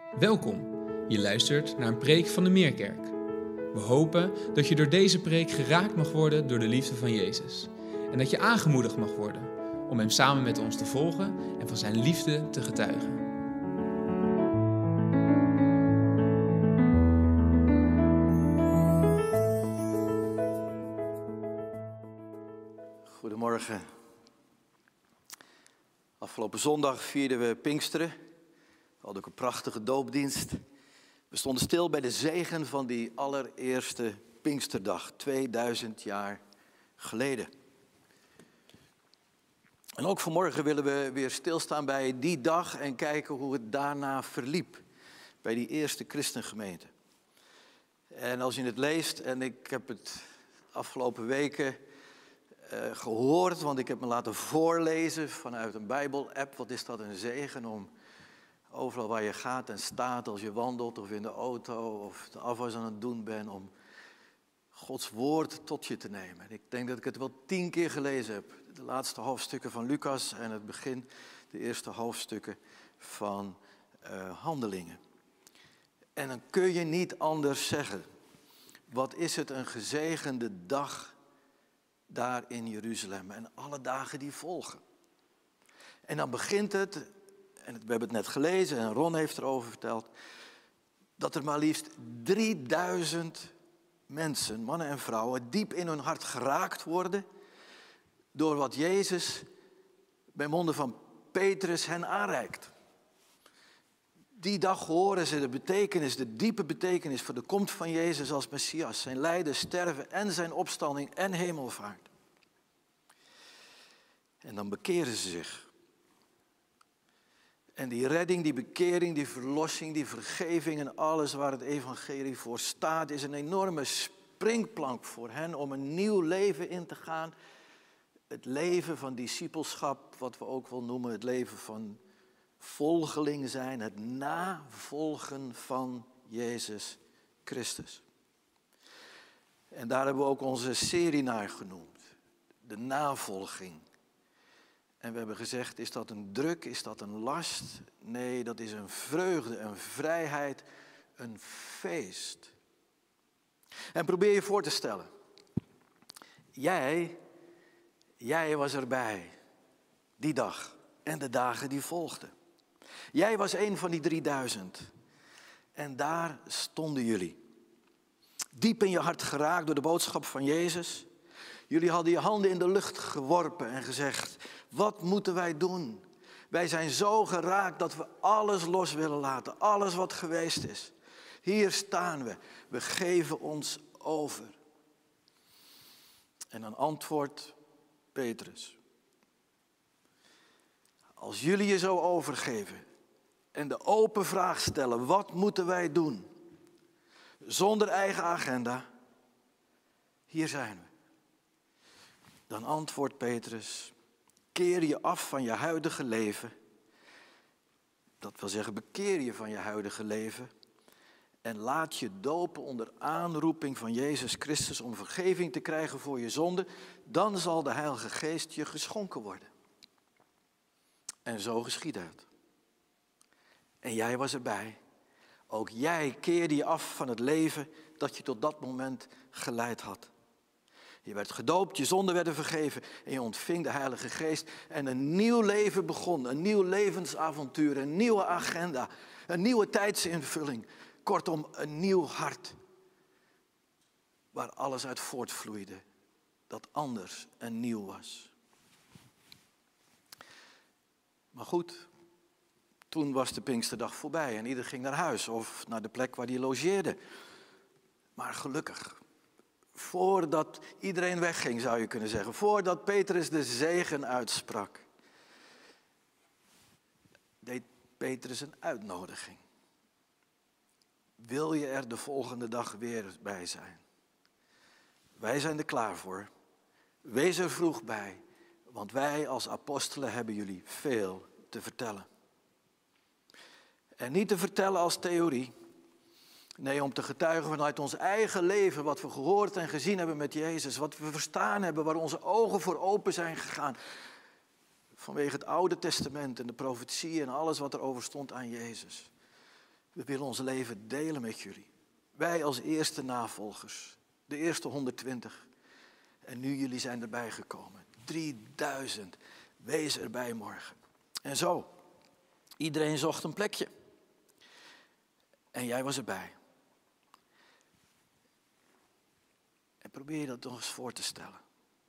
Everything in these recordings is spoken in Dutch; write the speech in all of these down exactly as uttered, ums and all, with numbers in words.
Welkom, je luistert naar een preek van de Meerkerk. We hopen dat je door deze preek geraakt mag worden door de liefde van Jezus. En dat je aangemoedigd mag worden om Hem samen met ons te volgen en van Zijn liefde te getuigen. Goedemorgen. Afgelopen zondag vierden we Pinksteren. We hadden ook een prachtige doopdienst. We stonden stil bij de zegen van die allereerste Pinksterdag, tweeduizend jaar geleden. En ook vanmorgen willen we weer stilstaan bij die dag en kijken hoe het daarna verliep. Bij die eerste christengemeente. En als je het leest, en ik heb het afgelopen weken uh, gehoord, want ik heb me laten voorlezen vanuit een Bijbel-app. Wat is dat een zegen om overal waar je gaat en staat, als je wandelt of in de auto of de afwas aan het doen bent, om Gods woord tot je te nemen. Ik denk dat ik het wel tien keer gelezen heb. De laatste hoofdstukken van Lucas en het begin, de eerste hoofdstukken van uh, Handelingen. En dan kun je niet anders zeggen. Wat is het een gezegende dag daar in Jeruzalem en alle dagen die volgen. En dan begint het, en we hebben het net gelezen en Ron heeft erover verteld, dat er maar liefst drieduizend mensen, mannen en vrouwen, diep in hun hart geraakt worden door wat Jezus bij monden van Petrus hen aanreikt. Die dag horen ze de betekenis, de diepe betekenis voor de komst van Jezus als Messias. Zijn lijden, sterven en zijn opstanding en hemelvaart. En dan bekeren ze zich. En die redding, die bekering, die verlossing, die vergeving en alles waar het evangelie voor staat, is een enorme springplank voor hen om een nieuw leven in te gaan. Het leven van discipelschap, wat we ook wel noemen het leven van volgeling zijn, het navolgen van Jezus Christus. En daar hebben we ook onze serie naar genoemd, de navolging. En we hebben gezegd, is dat een druk, is dat een last? Nee, dat is een vreugde, een vrijheid, een feest. En probeer je voor te stellen. Jij, jij was erbij, die dag en de dagen die volgden. Jij was een van die drieduizend. En daar stonden jullie. Diep in je hart geraakt door de boodschap van Jezus. Jullie hadden je handen in de lucht geworpen en gezegd, wat moeten wij doen? Wij zijn zo geraakt dat we alles los willen laten, alles wat geweest is. Hier staan we, we geven ons over. En dan antwoordt Petrus. Als jullie je zo overgeven en de open vraag stellen, wat moeten wij doen? Zonder eigen agenda, hier zijn we. Dan antwoordt Petrus, keer je af van je huidige leven. Dat wil zeggen, bekeer je van je huidige leven. En laat je dopen onder aanroeping van Jezus Christus om vergeving te krijgen voor je zonde. Dan zal de Heilige Geest je geschonken worden. En zo geschiedde het. En jij was erbij. Ook jij keerde je af van het leven dat je tot dat moment geleid had. Je werd gedoopt, je zonden werden vergeven en je ontving de Heilige Geest. En een nieuw leven begon, een nieuw levensavontuur, een nieuwe agenda, een nieuwe tijdsinvulling. Kortom, een nieuw hart waar alles uit voortvloeide, dat anders en nieuw was. Maar goed, toen was de Pinksterdag voorbij en ieder ging naar huis of naar de plek waar hij logeerde. Maar gelukkig, voordat iedereen wegging zou je kunnen zeggen, voordat Petrus de zegen uitsprak, deed Petrus een uitnodiging. Wil je er de volgende dag weer bij zijn? Wij zijn er klaar voor. Wees er vroeg bij, want wij als apostelen hebben jullie veel te vertellen. En niet te vertellen als theorie. Nee, om te getuigen vanuit ons eigen leven, wat we gehoord en gezien hebben met Jezus. Wat we verstaan hebben, waar onze ogen voor open zijn gegaan. Vanwege het Oude Testament en de profetieën en alles wat er over stond aan Jezus. We willen ons leven delen met jullie. Wij als eerste navolgers. De eerste honderdtwintig. En nu jullie zijn erbij gekomen. drieduizend. Wees erbij morgen. En zo. Iedereen zocht een plekje. En jij was erbij. En probeer je dat nog eens voor te stellen.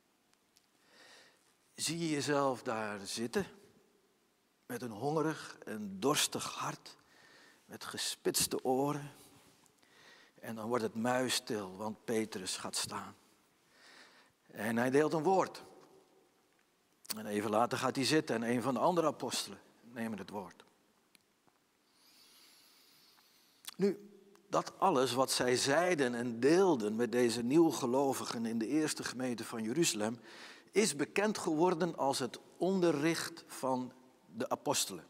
Zie je jezelf daar zitten. Met een hongerig en dorstig hart. Met gespitste oren. En dan wordt het muisstil, want Petrus gaat staan. En hij deelt een woord. En even later gaat hij zitten en een van de andere apostelen nemen het woord. Nu, dat alles wat zij zeiden en deelden met deze nieuwgelovigen in de eerste gemeente van Jeruzalem, is bekend geworden als het onderricht van de apostelen.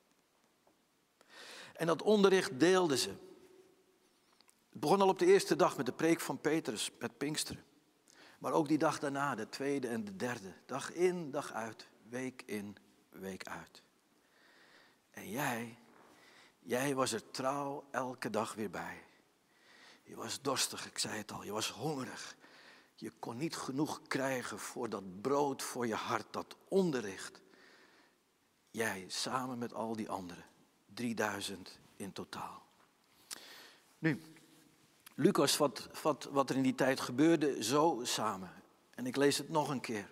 En dat onderricht deelden ze. Het begon al op de eerste dag met de preek van Petrus, met Pinksteren. Maar ook die dag daarna, de tweede en de derde. Dag in, dag uit, week in, week uit. En jij, jij was er trouw elke dag weer bij. Je was dorstig, ik zei het al, je was hongerig. Je kon niet genoeg krijgen voor dat brood voor je hart, dat onderricht. Jij samen met al die anderen, drieduizend in totaal. Nu, Lucas vat, vat wat er in die tijd gebeurde zo samen. En ik lees het nog een keer.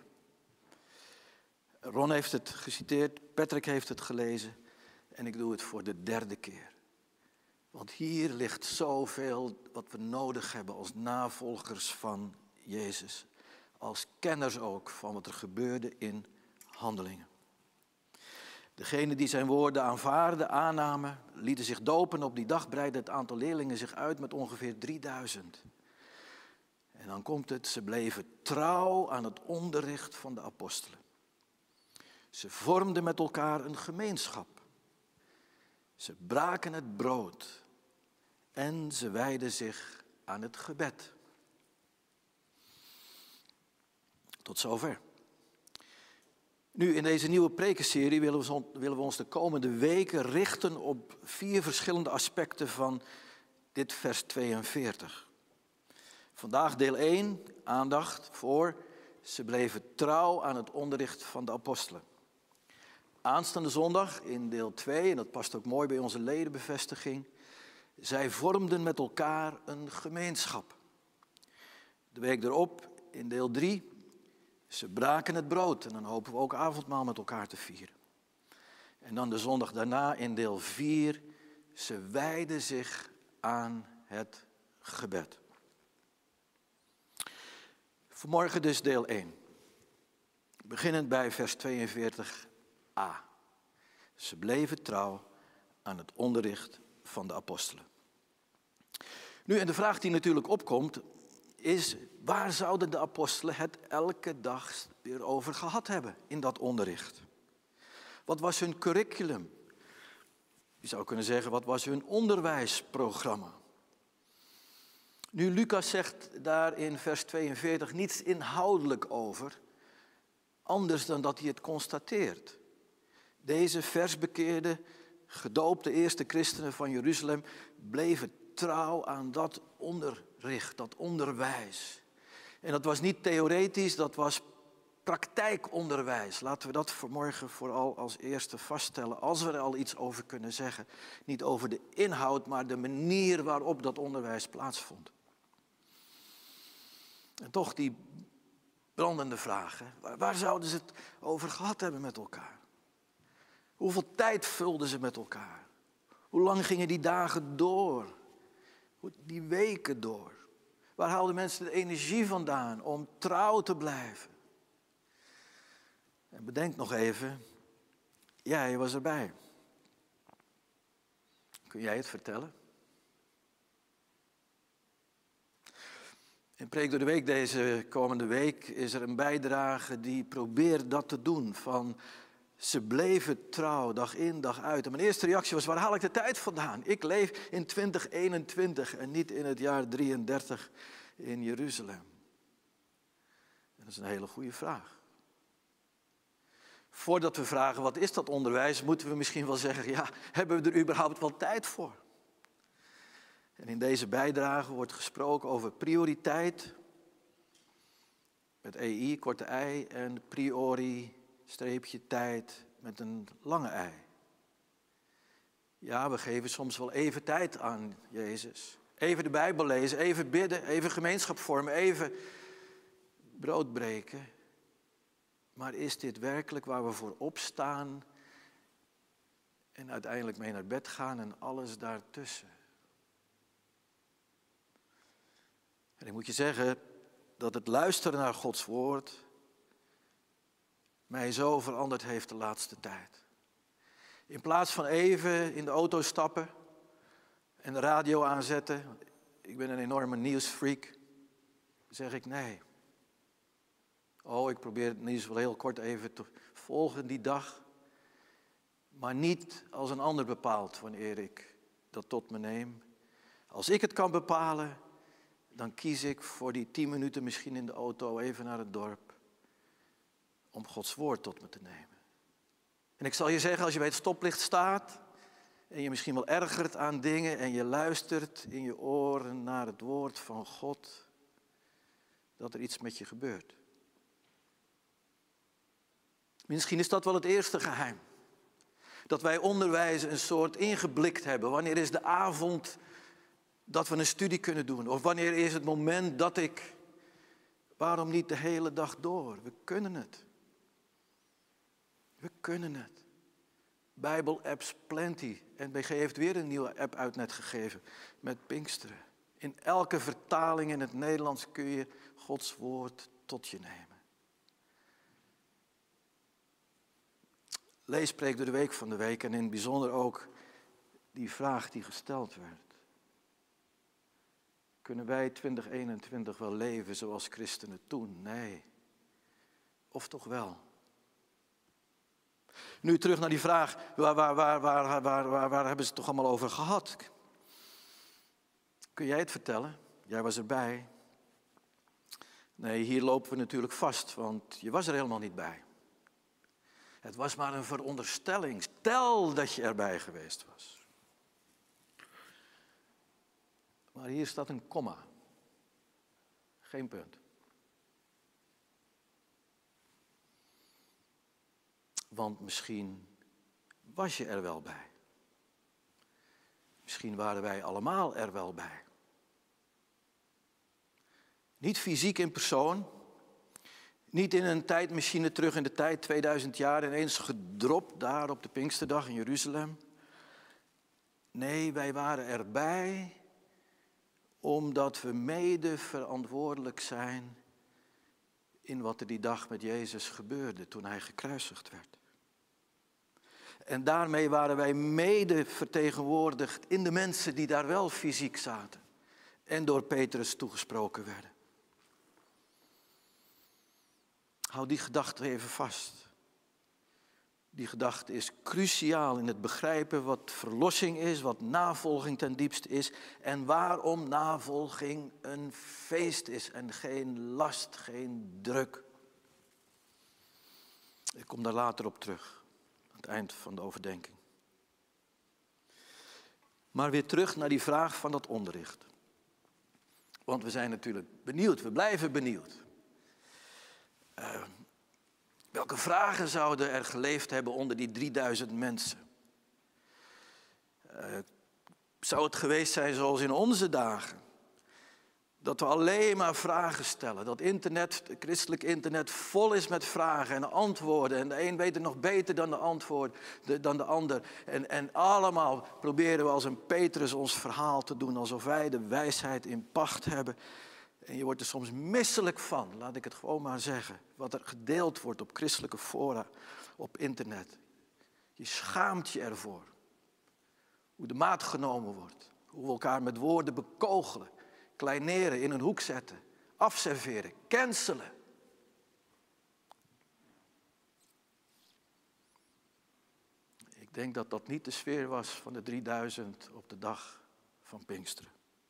Ron heeft het geciteerd, Patrick heeft het gelezen. En ik doe het voor de derde keer. Want hier ligt zoveel wat we nodig hebben als navolgers van Jezus. Als kenners ook van wat er gebeurde in Handelingen. Degenen die zijn woorden aanvaarden, aannamen, lieten zich dopen. Op die dag breidde het aantal leerlingen zich uit met ongeveer drieduizend. En dan komt het, ze bleven trouw aan het onderricht van de apostelen. Ze vormden met elkaar een gemeenschap. Ze braken het brood en ze wijden zich aan het gebed. Tot zover. Nu, in deze nieuwe prekenserie willen we, ons, willen we ons de komende weken richten op vier verschillende aspecten van dit vers tweeënveertig. Vandaag deel één, aandacht voor, ze bleven trouw aan het onderricht van de apostelen. Aanstaande zondag in deel twee, en dat past ook mooi bij onze ledenbevestiging, zij vormden met elkaar een gemeenschap. De week erop in deel drie, ze braken het brood en dan hopen we ook avondmaal met elkaar te vieren. En dan de zondag daarna in deel vier, ze wijden zich aan het gebed. Vanmorgen dus deel één. Beginnend bij vers tweeënveertig a. Ze bleven trouw aan het onderricht van de apostelen. Nu, en de vraag die natuurlijk opkomt is, waar zouden de apostelen het elke dag weer over gehad hebben in dat onderricht? Wat was hun curriculum? Je zou kunnen zeggen, wat was hun onderwijsprogramma? Nu, Lucas zegt daar in vers tweeënveertig niets inhoudelijk over, anders dan dat hij het constateert. Deze versbekeerde, gedoopte eerste christenen van Jeruzalem bleven trouw aan dat onderricht, dat onderwijs. En dat was niet theoretisch, dat was praktijkonderwijs. Laten we dat vanmorgen vooral als eerste vaststellen, als we er al iets over kunnen zeggen. Niet over de inhoud, maar de manier waarop dat onderwijs plaatsvond. En toch die brandende vragen. Waar, waar zouden ze het over gehad hebben met elkaar? Hoeveel tijd vulden ze met elkaar? Hoe lang gingen die dagen door? Die weken door? Waar haalden mensen de energie vandaan om trouw te blijven? En bedenk nog even, jij was erbij. Kun jij het vertellen? In Preek door de Week deze komende week is er een bijdrage die probeert dat te doen. Van ze bleven trouw, dag in, dag uit. En mijn eerste reactie was, waar haal ik de tijd vandaan? Ik leef in twintig eenentwintig en niet in het jaar drieëndertig in Jeruzalem. En dat is een hele goede vraag. Voordat we vragen, wat is dat onderwijs, moeten we misschien wel zeggen, ja, hebben we er überhaupt wel tijd voor? En in deze bijdrage wordt gesproken over prioriteit, met E I, korte ei, en priori, streepje, tijd, met een lange ei. Ja, we geven soms wel even tijd aan Jezus. Even de Bijbel lezen, even bidden, even gemeenschap vormen, even brood breken. Maar is dit werkelijk waar we voor opstaan en uiteindelijk mee naar bed gaan en alles daartussen? En ik moet je zeggen dat het luisteren naar Gods woord mij zo veranderd heeft de laatste tijd. In plaats van even in de auto stappen en de radio aanzetten, ik ben een enorme nieuwsfreak, zeg ik nee. Oh, ik probeer het nieuws wel heel kort even te volgen die dag, maar niet als een ander bepaalt wanneer ik dat tot me neem. Als ik het kan bepalen, dan kies ik voor die tien minuten misschien in de auto even naar het dorp om Gods woord tot me te nemen. En ik zal je zeggen, als je bij het stoplicht staat en je misschien wel ergert aan dingen en je luistert in je oren naar het woord van God, dat er iets met je gebeurt. Misschien is dat wel het eerste geheim. Dat wij onderwijs een soort ingeblikt hebben. Wanneer is de avond dat we een studie kunnen doen? Of wanneer is het moment dat ik, waarom niet de hele dag door? We kunnen het. We kunnen het. Bijbel-apps plenty. N B G heeft weer een nieuwe app uit net gegeven met Pinksteren. In elke vertaling in het Nederlands kun je Gods woord tot je nemen. Lees preek door de week van de week en in het bijzonder ook die vraag die gesteld werd. Kunnen wij twintig eenentwintig wel leven zoals christenen toen? Nee. Of toch wel? Nu terug naar die vraag, waar, waar, waar, waar, waar, waar, waar hebben ze het toch allemaal over gehad? Kun jij het vertellen? Jij was erbij. Nee, hier lopen we natuurlijk vast, want je was er helemaal niet bij. Het was maar een veronderstelling. Stel dat je erbij geweest was. Maar hier staat een komma. Geen punt. Want misschien was je er wel bij. Misschien waren wij allemaal er wel bij. Niet fysiek in persoon. Niet in een tijdmachine terug in de tijd, tweeduizend jaar, ineens gedropt daar op de Pinksterdag in Jeruzalem. Nee, wij waren erbij omdat we mede verantwoordelijk zijn in wat er die dag met Jezus gebeurde toen hij gekruisigd werd. En daarmee waren wij mede vertegenwoordigd in de mensen die daar wel fysiek zaten en door Petrus toegesproken werden. Hou die gedachte even vast. Die gedachte is cruciaal in het begrijpen wat verlossing is, wat navolging ten diepste is en waarom navolging een feest is en geen last, geen druk. Ik kom daar later op terug, aan het eind van de overdenking. Maar weer terug naar die vraag van dat onderricht. Want we zijn natuurlijk benieuwd, we blijven benieuwd. Uh, welke vragen zouden er geleefd hebben onder die drieduizend mensen? Uh, zou het geweest zijn zoals in onze dagen? Dat we alleen maar vragen stellen. Dat internet, het christelijk internet vol is met vragen en antwoorden. En de een weet het nog beter dan de, antwoord, de, dan de ander. En, en allemaal proberen we als een Petrus ons verhaal te doen. Alsof wij de wijsheid in pacht hebben. En je wordt er soms misselijk van, laat ik het gewoon maar zeggen. Wat er gedeeld wordt op christelijke fora, op internet. Je schaamt je ervoor. Hoe de maat genomen wordt. Hoe we elkaar met woorden bekogelen. Kleineren, in een hoek zetten. Afserveren, cancelen. Ik denk dat dat niet de sfeer was van de drieduizend op de dag van Pinksteren.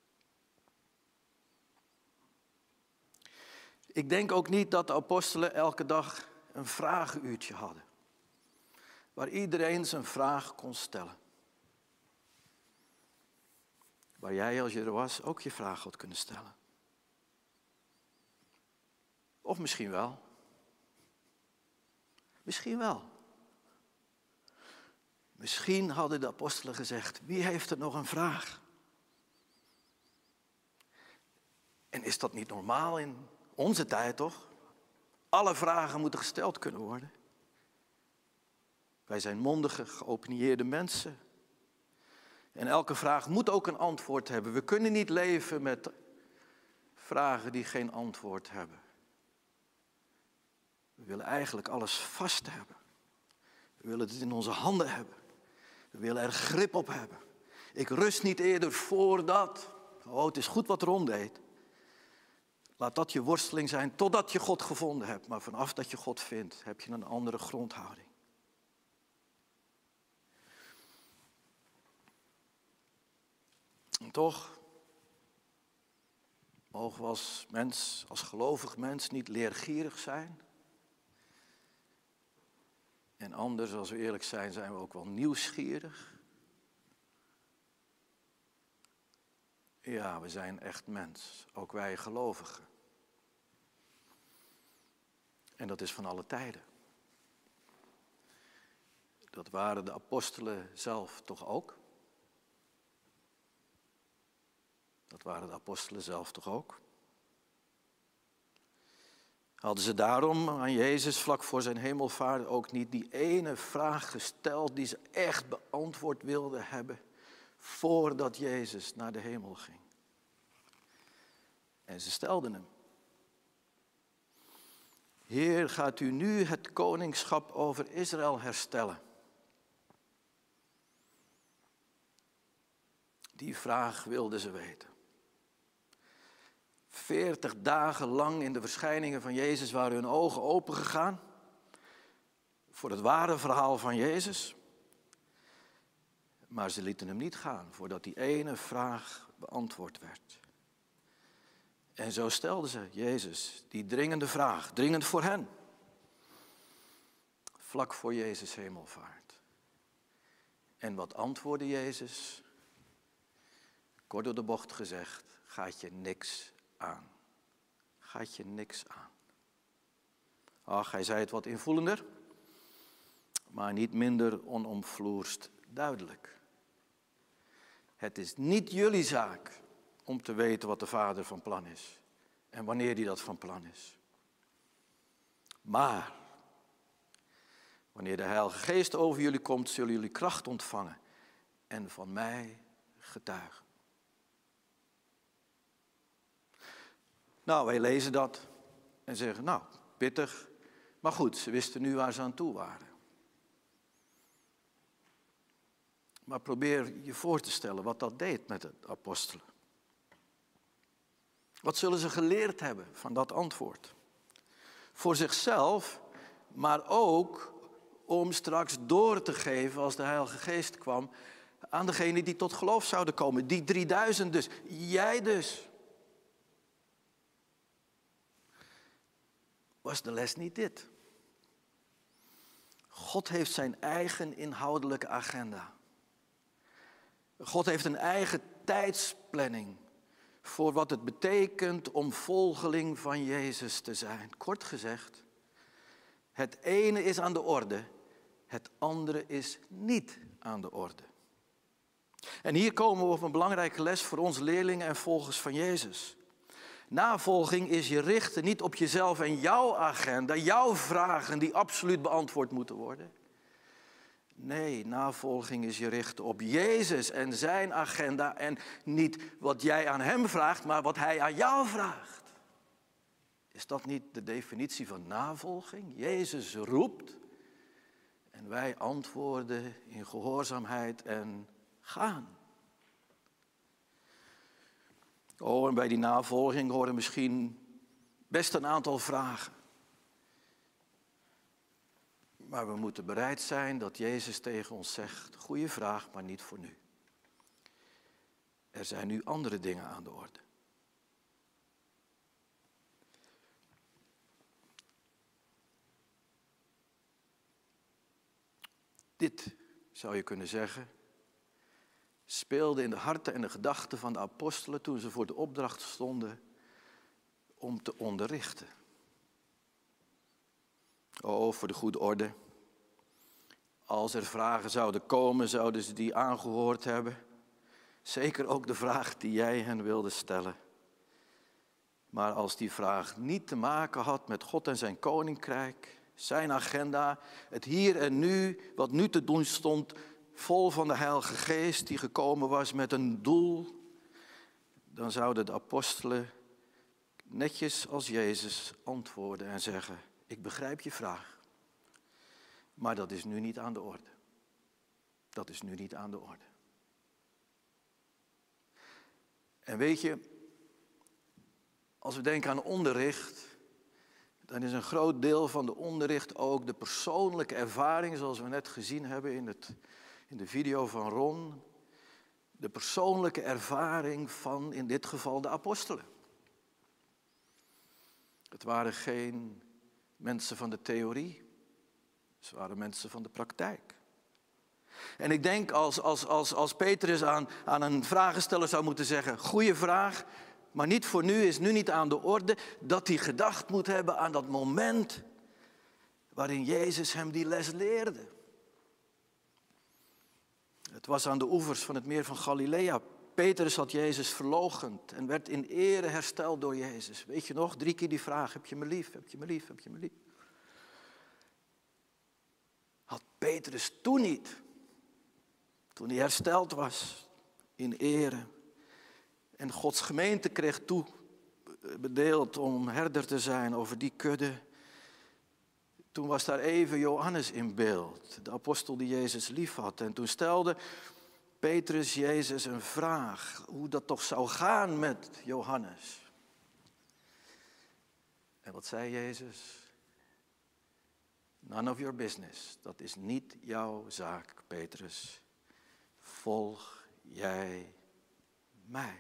Ik denk ook niet dat de apostelen elke dag een vragenuurtje hadden. Waar iedereen zijn vraag kon stellen. waar jij als je er was ook je vraag had kunnen stellen. Of misschien wel. Misschien wel. Misschien hadden de apostelen gezegd, wie heeft er nog een vraag? En is dat niet normaal in onze tijd, toch? Alle vragen moeten gesteld kunnen worden. Wij zijn mondige, geopinieerde mensen. En elke vraag moet ook een antwoord hebben. We kunnen niet leven met vragen die geen antwoord hebben. We willen eigenlijk alles vast hebben. We willen het in onze handen hebben. We willen er grip op hebben. Ik rust niet eerder voordat. Oh, het is goed wat Ron deed. Laat dat je worsteling zijn totdat je God gevonden hebt. Maar vanaf dat je God vindt, heb je een andere grondhouding. En toch mogen we als mens, als gelovig mens, niet leergierig zijn. En anders, als we eerlijk zijn, zijn we ook wel nieuwsgierig. Ja, we zijn echt mens, ook wij gelovigen. En dat is van alle tijden. Dat waren de apostelen zelf toch ook? Dat waren de apostelen zelf toch ook? Hadden ze daarom aan Jezus vlak voor zijn hemelvaart ook niet die ene vraag gesteld die ze echt beantwoord wilden hebben voordat Jezus naar de hemel ging? En ze stelden hem. Heer, gaat u nu het koningschap over Israël herstellen? Die vraag wilden ze weten. Veertig dagen lang in de verschijningen van Jezus waren hun ogen opengegaan voor het ware verhaal van Jezus. Maar ze lieten hem niet gaan voordat die ene vraag beantwoord werd. En zo stelden ze Jezus die dringende vraag, dringend voor hen. Vlak voor Jezus' hemelvaart. En wat antwoordde Jezus? Kort door de bocht gezegd, gaat je niks aan. Gaat je niks aan. Ach, hij zei het wat invoelender, maar niet minder onomvloerst duidelijk. Het is niet jullie zaak om te weten wat de Vader van plan is en wanneer hij dat van plan is. Maar wanneer de Heilige Geest over jullie komt, zullen jullie kracht ontvangen en van mij getuigen. Nou, wij lezen dat en zeggen, nou, pittig, maar goed, ze wisten nu waar ze aan toe waren. Maar probeer je voor te stellen wat dat deed met de apostelen. Wat zullen ze geleerd hebben van dat antwoord? Voor zichzelf, maar ook om straks door te geven als de Heilige Geest kwam aan degenen die tot geloof zouden komen. Die drieduizend dus, jij dus. Was de les niet dit? God heeft zijn eigen inhoudelijke agenda. God heeft een eigen tijdsplanning voor wat het betekent om volgeling van Jezus te zijn. Kort gezegd, het ene is aan de orde, het andere is niet aan de orde. En hier komen we op een belangrijke les voor ons leerlingen en volgers van Jezus. Navolging is je richten niet op jezelf en jouw agenda, jouw vragen die absoluut beantwoord moeten worden. Nee, navolging is je richten op Jezus en zijn agenda en niet wat jij aan hem vraagt, maar wat hij aan jou vraagt. Is dat niet de definitie van navolging? Jezus roept en wij antwoorden in gehoorzaamheid en gaan. Oh, en bij die navolging horen misschien best een aantal vragen. Maar we moeten bereid zijn dat Jezus tegen ons zegt, goeie vraag, maar niet voor nu. Er zijn nu andere dingen aan de orde. Dit zou je kunnen zeggen, speelde in de harten en de gedachten van de apostelen toen ze voor de opdracht stonden om te onderrichten. Oh, voor de goede orde. Als er vragen zouden komen, zouden ze die aangehoord hebben. Zeker ook de vraag die jij hen wilde stellen. Maar als die vraag niet te maken had met God en zijn koninkrijk, zijn agenda, het hier en nu, wat nu te doen stond, vol van de Heilige Geest die gekomen was met een doel, dan zouden de apostelen netjes als Jezus antwoorden en zeggen, ik begrijp je vraag, maar dat is nu niet aan de orde. Dat is nu niet aan de orde. En weet je, als we denken aan onderricht, dan is een groot deel van de onderricht ook de persoonlijke ervaring, zoals we net gezien hebben in, het, in de video van Ron. De persoonlijke ervaring van, in dit geval, de apostelen. Het waren geen mensen van de theorie, het waren mensen van de praktijk. En ik denk als, als, als, als Petrus aan, aan een vragensteller zou moeten zeggen, goeie vraag, maar niet voor nu, is nu niet aan de orde, dat hij gedacht moet hebben aan dat moment waarin Jezus hem die les leerde. Het was aan de oevers van het meer van Galilea. Petrus had Jezus verloochend en werd in ere hersteld door Jezus. Weet je nog, drie keer die vraag, heb je me lief, heb je me lief, heb je me lief? Had Petrus toen niet, toen hij hersteld was in ere en Gods gemeente kreeg toebedeeld om herder te zijn over die kudde. Toen was daar even Johannes in beeld, de apostel die Jezus lief had. En toen stelde Petrus Jezus een vraag, hoe dat toch zou gaan met Johannes. En wat zei Jezus? None of your business, dat is niet jouw zaak, Petrus. Volg jij mij.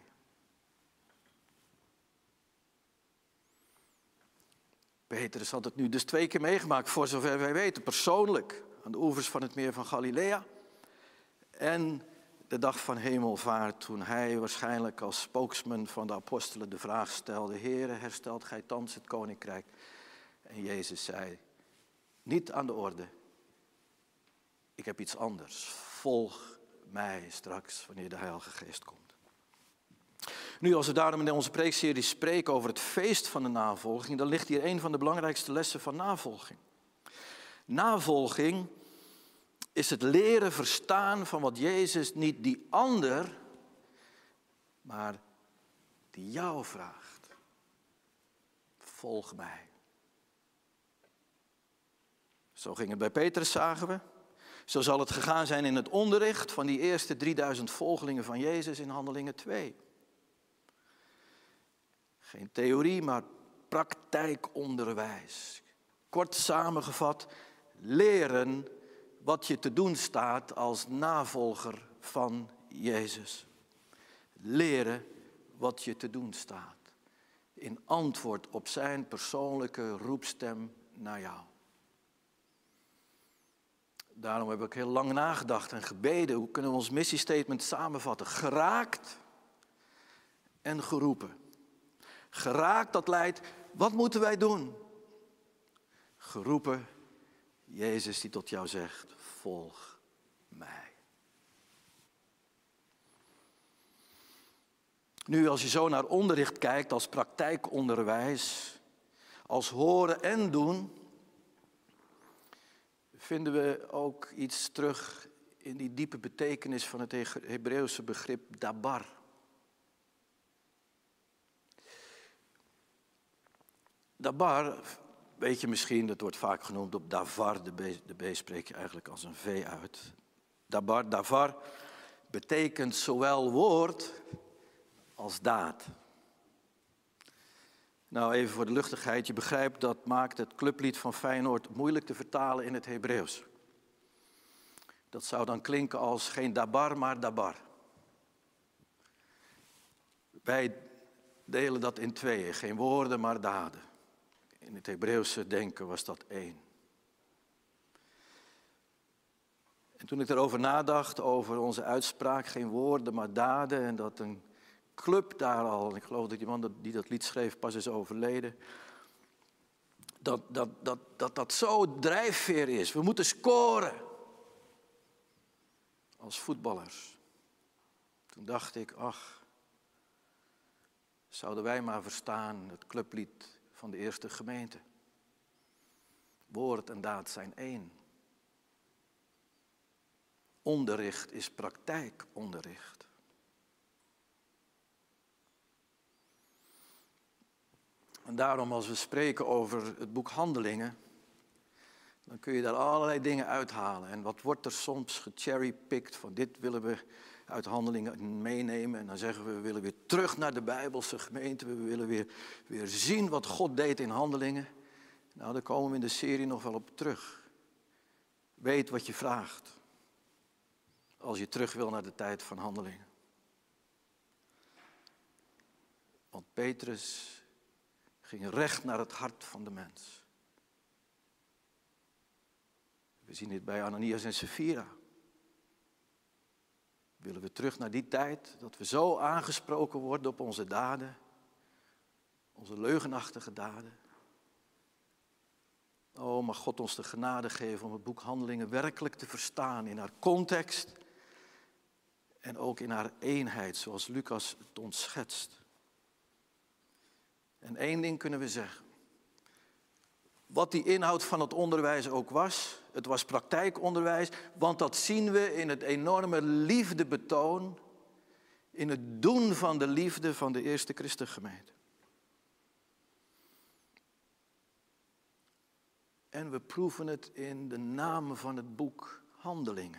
Petrus had het nu dus twee keer meegemaakt, voor zover wij weten, persoonlijk, aan de oevers van het meer van Galilea. En de dag van hemelvaart, toen hij waarschijnlijk als spokesman van de apostelen de vraag stelde, Heere, herstelt gij thans het koninkrijk? En Jezus zei, niet aan de orde, ik heb iets anders, volg mij straks wanneer de Heilige Geest komt. Nu, als we daarom in onze preekserie spreken over het feest van de navolging, dan ligt hier een van de belangrijkste lessen van navolging. Navolging is het leren verstaan van wat Jezus niet die ander, maar die jou vraagt. Volg mij. Zo ging het bij Petrus, zagen we. Zo zal het gegaan zijn in het onderricht van die eerste drieduizend volgelingen van Jezus in Handelingen twee. Geen theorie, maar praktijkonderwijs. Kort samengevat, leren wat je te doen staat als navolger van Jezus. Leren wat je te doen staat. In antwoord op zijn persoonlijke roepstem naar jou. Daarom heb ik heel lang nagedacht en gebeden. Hoe kunnen we ons missiestatement samenvatten? Geraakt en geroepen. Geraakt, dat leidt, wat moeten wij doen? Geroepen, Jezus die tot jou zegt, volg mij. Nu, als je zo naar onderricht kijkt als praktijkonderwijs, als horen en doen, vinden we ook iets terug in die diepe betekenis van het Hebreeuwse begrip dabar. Dabar, weet je misschien, dat wordt vaak genoemd op davar, de B, de B spreek je eigenlijk als een V uit. Dabar, davar, betekent zowel woord als daad. Nou, even voor de luchtigheid, je begrijpt, dat maakt het clublied van Feyenoord moeilijk te vertalen in het Hebreeuws. Dat zou dan klinken als geen dabar, maar dabar. Wij delen dat in tweeën, geen woorden, maar daden. In het Hebreeuwse denken was dat één. En toen ik erover nadacht, over onze uitspraak, geen woorden maar daden, en dat een club daar al, en ik geloof dat die man die dat lied schreef pas is overleden, dat dat, dat, dat, dat zo drijfveer is. We moeten scoren als voetballers. Toen dacht ik, ach, zouden wij maar verstaan het clublied van de eerste gemeente. Woord en daad zijn één. Onderricht is praktijkonderricht. En daarom als we spreken over het boek Handelingen, dan kun je daar allerlei dingen uithalen. En wat wordt er soms gecherrypicked van dit willen we uit Handelingen meenemen. En dan zeggen we, we willen weer terug naar de Bijbelse gemeente. We willen weer, weer zien wat God deed in Handelingen. Nou, daar komen we in de serie nog wel op terug. Weet wat je vraagt. Als je terug wil naar de tijd van Handelingen. Want Petrus ging recht naar het hart van de mens. We zien dit bij Ananias en Sapphira. Willen we terug naar die tijd, dat we zo aangesproken worden op onze daden, onze leugenachtige daden. Oh, mag God ons de genade geven om het boek Handelingen werkelijk te verstaan in haar context en ook in haar eenheid, zoals Lucas het ons schetst. En één ding kunnen we zeggen. Wat die inhoud van het onderwijs ook was, het was praktijkonderwijs, want dat zien we in het enorme liefdebetoon, in het doen van de liefde van de eerste christengemeente. En we proeven het in de naam van het boek Handelingen.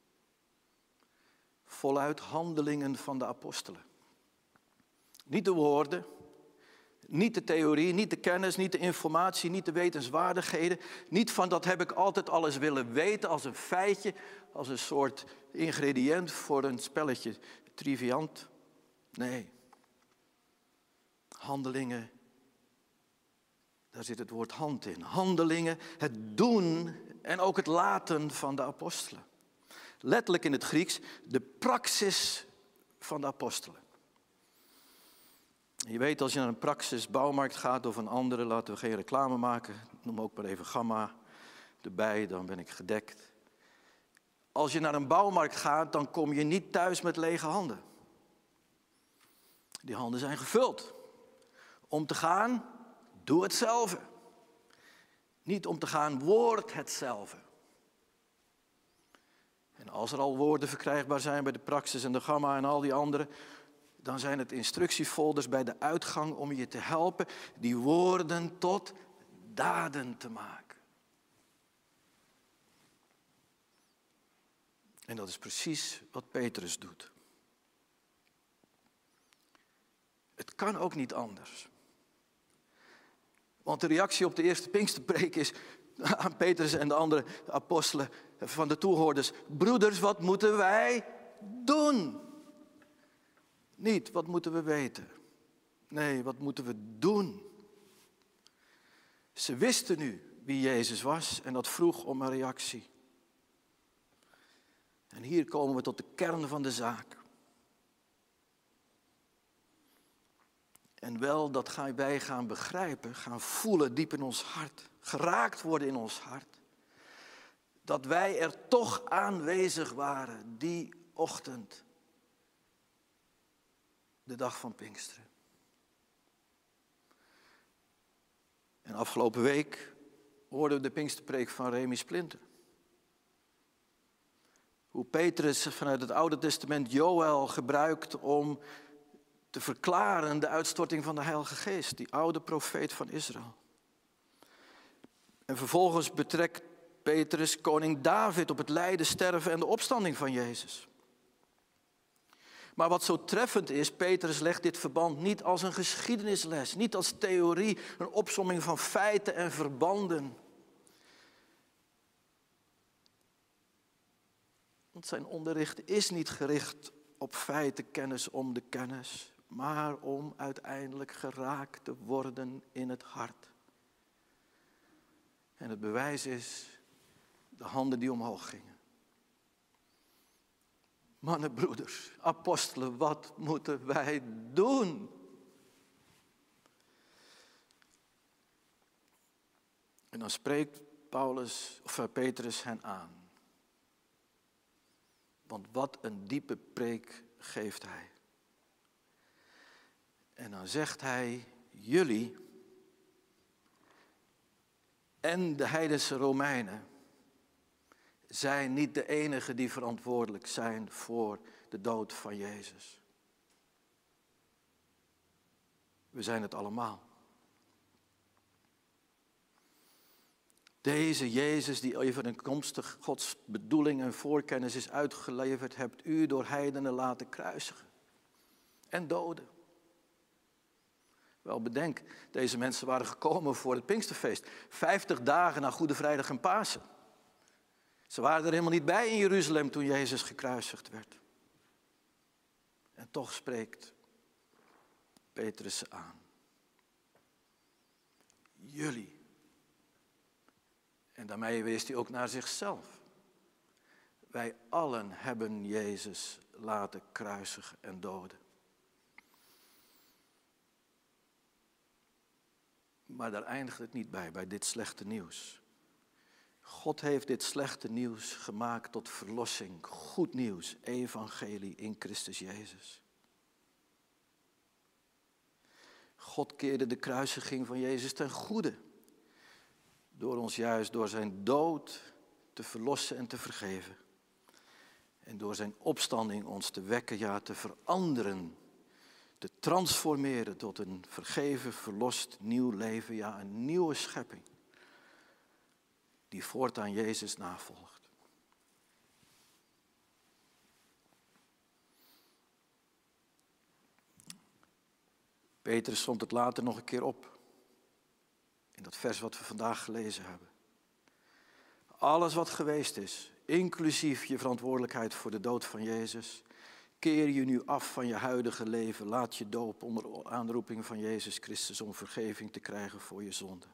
Voluit handelingen van de apostelen. Niet de woorden, niet de theorie, niet de kennis, niet de informatie, niet de wetenswaardigheden. Niet van dat heb ik altijd alles willen weten als een feitje, als een soort ingrediënt voor een spelletje triviant. Nee. Handelingen, daar zit het woord hand in. Handelingen, het doen en ook het laten van de apostelen. Letterlijk in het Grieks, de praxis van de apostelen. Je weet, als je naar een Praxis bouwmarkt gaat of een andere, laten we geen reclame maken. Noem ook maar even Gamma erbij, dan ben ik gedekt. Als je naar een bouwmarkt gaat, dan kom je niet thuis met lege handen. Die handen zijn gevuld. Om te gaan, doe hetzelfde. Niet om te gaan, word hetzelfde. En als er al woorden verkrijgbaar zijn bij de Praxis en de Gamma en al die anderen, dan zijn het instructiefolders bij de uitgang om je te helpen die woorden tot daden te maken. En dat is precies wat Petrus doet. Het kan ook niet anders. Want de reactie op de eerste Pinksterpreek is aan Petrus en de andere apostelen van de toehoorders: broeders, wat moeten wij doen? Niet, wat moeten we weten? Nee, wat moeten we doen? Ze wisten nu wie Jezus was en dat vroeg om een reactie. En hier komen we tot de kern van de zaak. En wel, dat gaan wij gaan begrijpen, gaan voelen diep in ons hart, geraakt worden in ons hart. Dat wij er toch aanwezig waren die ochtend. De dag van Pinksteren. En afgelopen week hoorden we de Pinksterpreek van Remy Splinter. Hoe Petrus vanuit het Oude Testament Joël gebruikt om te verklaren de uitstorting van de Heilige Geest. Die oude profeet van Israël. En vervolgens betrekt Petrus koning David op het lijden, sterven en de opstanding van Jezus. Maar wat zo treffend is, Petrus legt dit verband niet als een geschiedenisles, niet als theorie, een opsomming van feiten en verbanden. Want zijn onderricht is niet gericht op feiten, kennis om de kennis, maar om uiteindelijk geraakt te worden in het hart. En het bewijs is de handen die omhoog gingen. Mannen, broeders, apostelen, wat moeten wij doen? En dan spreekt Paulus, of Petrus hen aan. Want wat een diepe preek geeft hij. En dan zegt hij, jullie en de heidense Romeinen zijn niet de enigen die verantwoordelijk zijn voor de dood van Jezus. We zijn het allemaal. Deze Jezus die overeenkomstig Gods bedoeling en voorkennis is uitgeleverd, hebt u door heidenen laten kruisigen en doden. Wel bedenk, deze mensen waren gekomen voor het Pinksterfeest. Vijftig dagen na Goede Vrijdag en Pasen. Ze waren er helemaal niet bij in Jeruzalem toen Jezus gekruisigd werd. En toch spreekt Petrus ze aan. Jullie. En daarmee wees hij ook naar zichzelf. Wij allen hebben Jezus laten kruisigen en doden. Maar daar eindigt het niet bij, bij dit slechte nieuws. God heeft dit slechte nieuws gemaakt tot verlossing. Goed nieuws, evangelie in Christus Jezus. God keerde de kruisiging van Jezus ten goede. Door ons juist door zijn dood te verlossen en te vergeven. En door zijn opstanding ons te wekken, ja te veranderen. Te transformeren tot een vergeven, verlost, nieuw leven, ja een nieuwe schepping. Die voortaan Jezus navolgt. Petrus stond het later nog een keer op. In dat vers wat we vandaag gelezen hebben. Alles wat geweest is, inclusief je verantwoordelijkheid voor de dood van Jezus. Keer je nu af van je huidige leven. Laat je dopen onder aanroeping van Jezus Christus om vergeving te krijgen voor je zonde.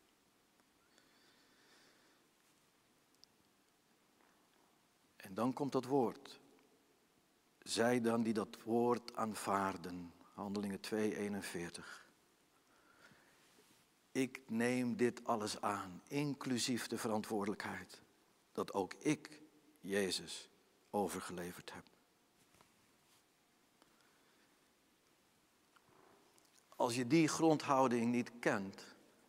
En dan komt dat woord. Zij dan die dat woord aanvaarden. Handelingen twee eenenveertig. Ik neem dit alles aan, inclusief de verantwoordelijkheid. Dat ook ik Jezus overgeleverd heb. Als je die grondhouding niet kent.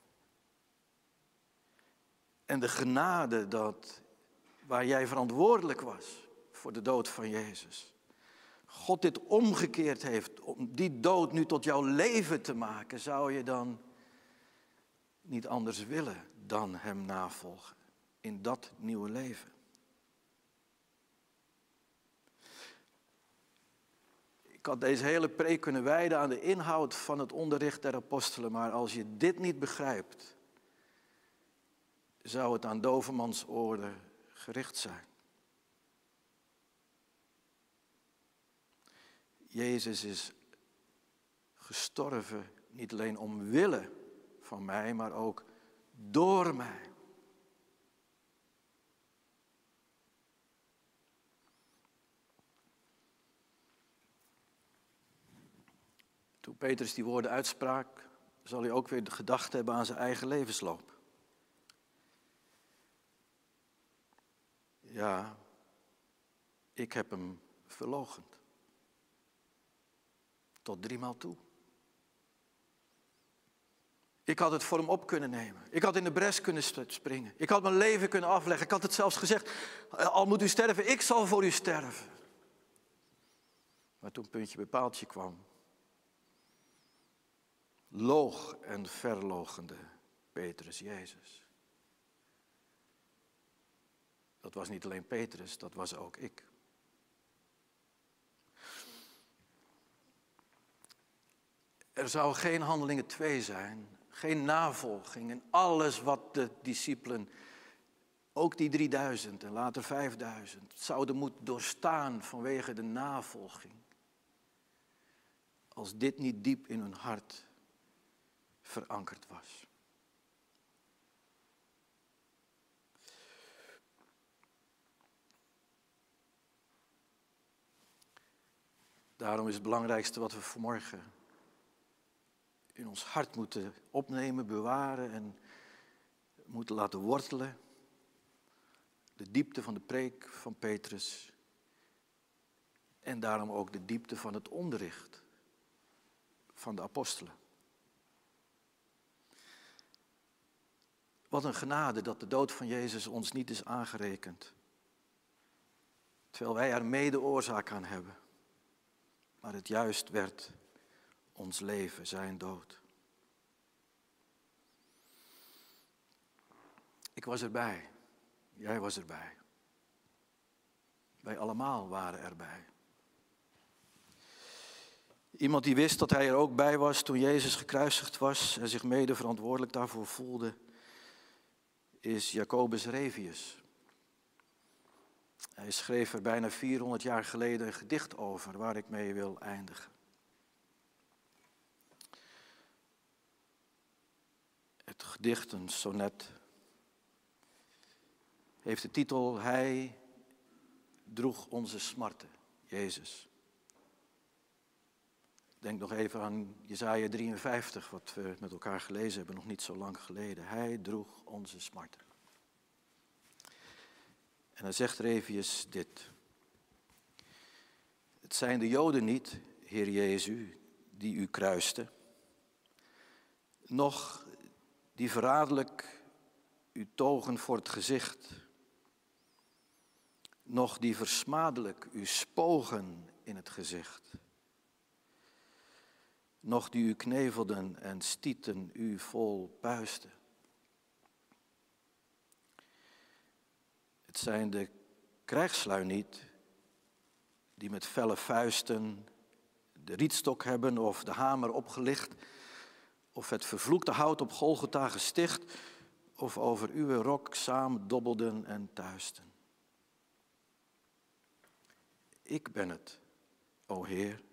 En de genade dat waar jij verantwoordelijk was voor de dood van Jezus. God dit omgekeerd heeft om die dood nu tot jouw leven te maken. Zou je dan niet anders willen dan hem navolgen in dat nieuwe leven? Ik had deze hele preek kunnen wijden aan de inhoud van het onderricht der apostelen. Maar als je dit niet begrijpt, zou het aan dovemans oren gericht zijn. Jezus is gestorven niet alleen omwille van mij, maar ook door mij. Toen Petrus die woorden uitsprak, zal hij ook weer de gedachte hebben aan zijn eigen levensloop. Ja, ik heb hem verloochend. Tot driemaal toe. Ik had het voor hem op kunnen nemen. Ik had in de bres kunnen springen. Ik had mijn leven kunnen afleggen. Ik had het zelfs gezegd, al moet u sterven, ik zal voor u sterven. Maar toen puntje bij paaltje kwam, loog en verloochende Petrus Jezus. Dat was niet alleen Petrus, dat was ook ik. Er zou geen Handelingen twee zijn, geen navolging en alles wat de discipelen, ook die drieduizend en later vijfduizend, zouden moeten doorstaan vanwege de navolging. Als dit niet diep in hun hart verankerd was. Daarom is het belangrijkste wat we vanmorgen in ons hart moeten opnemen, bewaren en moeten laten wortelen. De diepte van de preek van Petrus. En daarom ook de diepte van het onderricht van de apostelen. Wat een genade dat de dood van Jezus ons niet is aangerekend. Terwijl wij er mede oorzaak aan hebben. Maar het juist werd ons leven, zijn dood. Ik was erbij. Jij was erbij. Wij allemaal waren erbij. Iemand die wist dat hij er ook bij was toen Jezus gekruisigd was en zich mede verantwoordelijk daarvoor voelde, is Jacobus Revius. Hij schreef er bijna vierhonderd jaar geleden een gedicht over, waar ik mee wil eindigen. Het gedicht, een sonnet, heeft de titel Hij droeg onze smarten, Jezus. Denk nog even aan Jesaja drieënvijftig, wat we met elkaar gelezen hebben, nog niet zo lang geleden. Hij droeg onze smarten. En dan zegt Revius dit. Het zijn de Joden niet, Heer Jezus, die u kruisten, noch die verraderlijk u togen voor het gezicht, noch die versmadelijk u spogen in het gezicht, noch die u knevelden en stieten u vol puisten. Het zijn de krijgslui niet, die met felle vuisten de rietstok hebben of de hamer opgelicht, of het vervloekte hout op Golgotha gesticht, of over uw rok samen dobbelden en tuisten. Ik ben het, o Heer.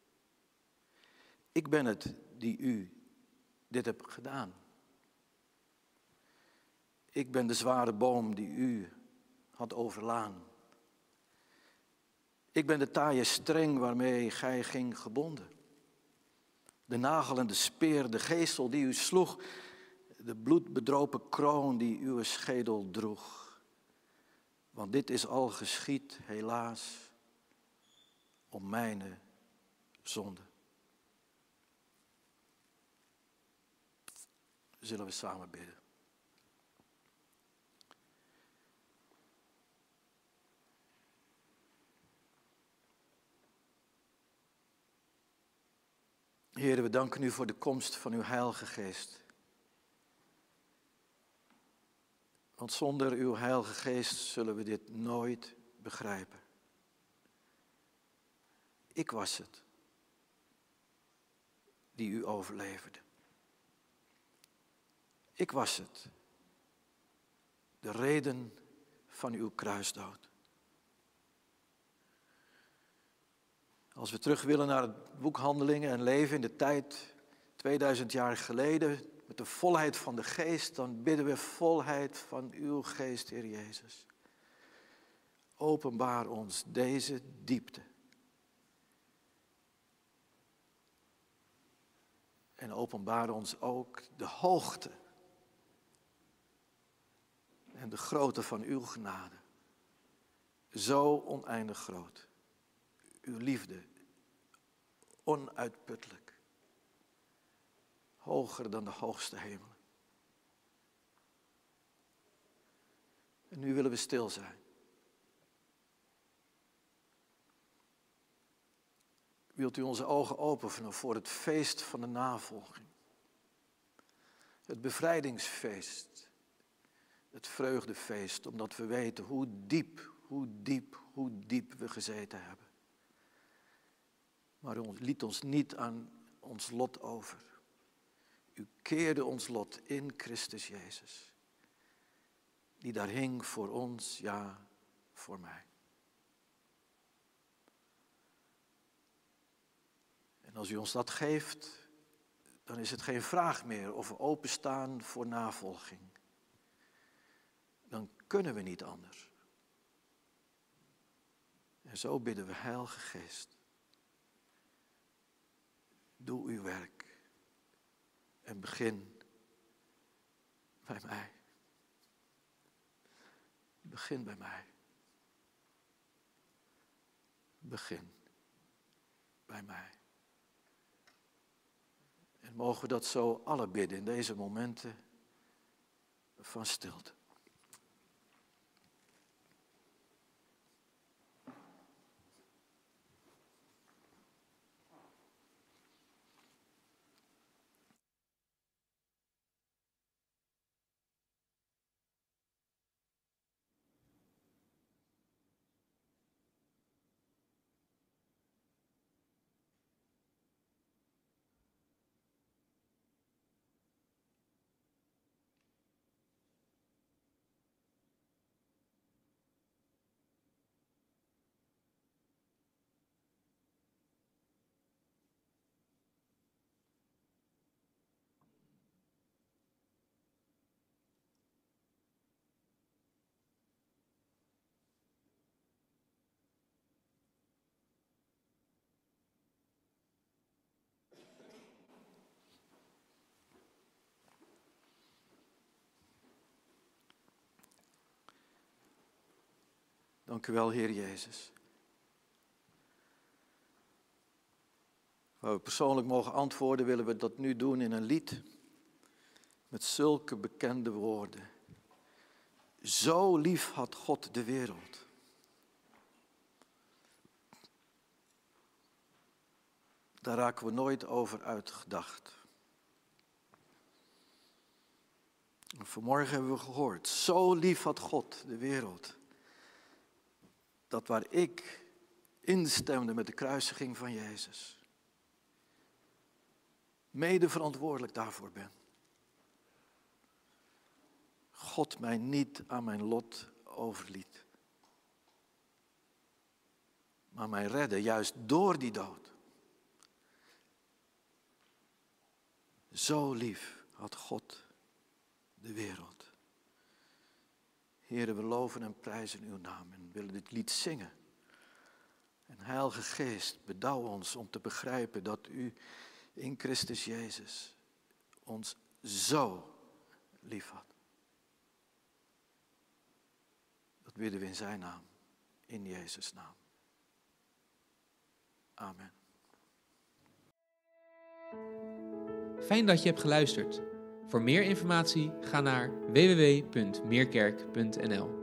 Ik ben het die u dit hebt gedaan. Ik ben de zware boom die u had overlaan. Ik ben de taaie streng waarmee gij ging gebonden. De nagel en de speer, de geestel die u sloeg, de bloedbedropen kroon die uw schedel droeg. Want dit is al geschied, helaas, om mijne zonde. Zullen we samen bidden. Heer, we danken u voor de komst van uw Heilige Geest. Want zonder uw Heilige Geest zullen we dit nooit begrijpen. Ik was het die u overleverde. Ik was het, de reden van uw kruisdood. Als we terug willen naar het boek Handelingen en leven in de tijd tweeduizend jaar geleden, met de volheid van de geest, dan bidden we volheid van uw geest, Heer Jezus. Openbaar ons deze diepte. En openbaar ons ook de hoogte en de grootte van uw genade. Zo oneindig groot. Uw liefde, onuitputtelijk. Hoger dan de hoogste hemelen. En nu willen we stil zijn. Wilt u onze ogen openen voor het feest van de navolging. Het bevrijdingsfeest. Het vreugdefeest, omdat we weten hoe diep, hoe diep, hoe diep we gezeten hebben. Maar u liet ons niet aan ons lot over. U keerde ons lot in Christus Jezus. Die daar hing voor ons, ja, voor mij. En als u ons dat geeft, dan is het geen vraag meer of we openstaan voor navolging. Dan kunnen we niet anders. En zo bidden we, Heilige Geest, doe uw werk en begin bij mij. Begin bij mij. Begin bij mij. En mogen we dat zo alle bidden in deze momenten van stilte. Dank u wel, Heer Jezus. Waar we persoonlijk mogen antwoorden, willen we dat nu doen in een lied. Met zulke bekende woorden. Zo lief had God de wereld. Daar raken we nooit over uitgedacht. En vanmorgen hebben we gehoord. Zo lief had God de wereld. Dat waar ik instemde met de kruisiging van Jezus, mede verantwoordelijk daarvoor ben. God mij niet aan mijn lot overliet, maar mij redde juist door die dood. Zo lief had God de wereld. Heere, we loven en prijzen uw naam en willen dit lied zingen. En Heilige Geest, bedouw ons om te begrijpen dat u in Christus Jezus ons zo lief had. Dat bidden we in zijn naam, in Jezus' naam. Amen. Fijn dat je hebt geluisterd. Voor meer informatie ga naar w w w punt meerkerk punt n l.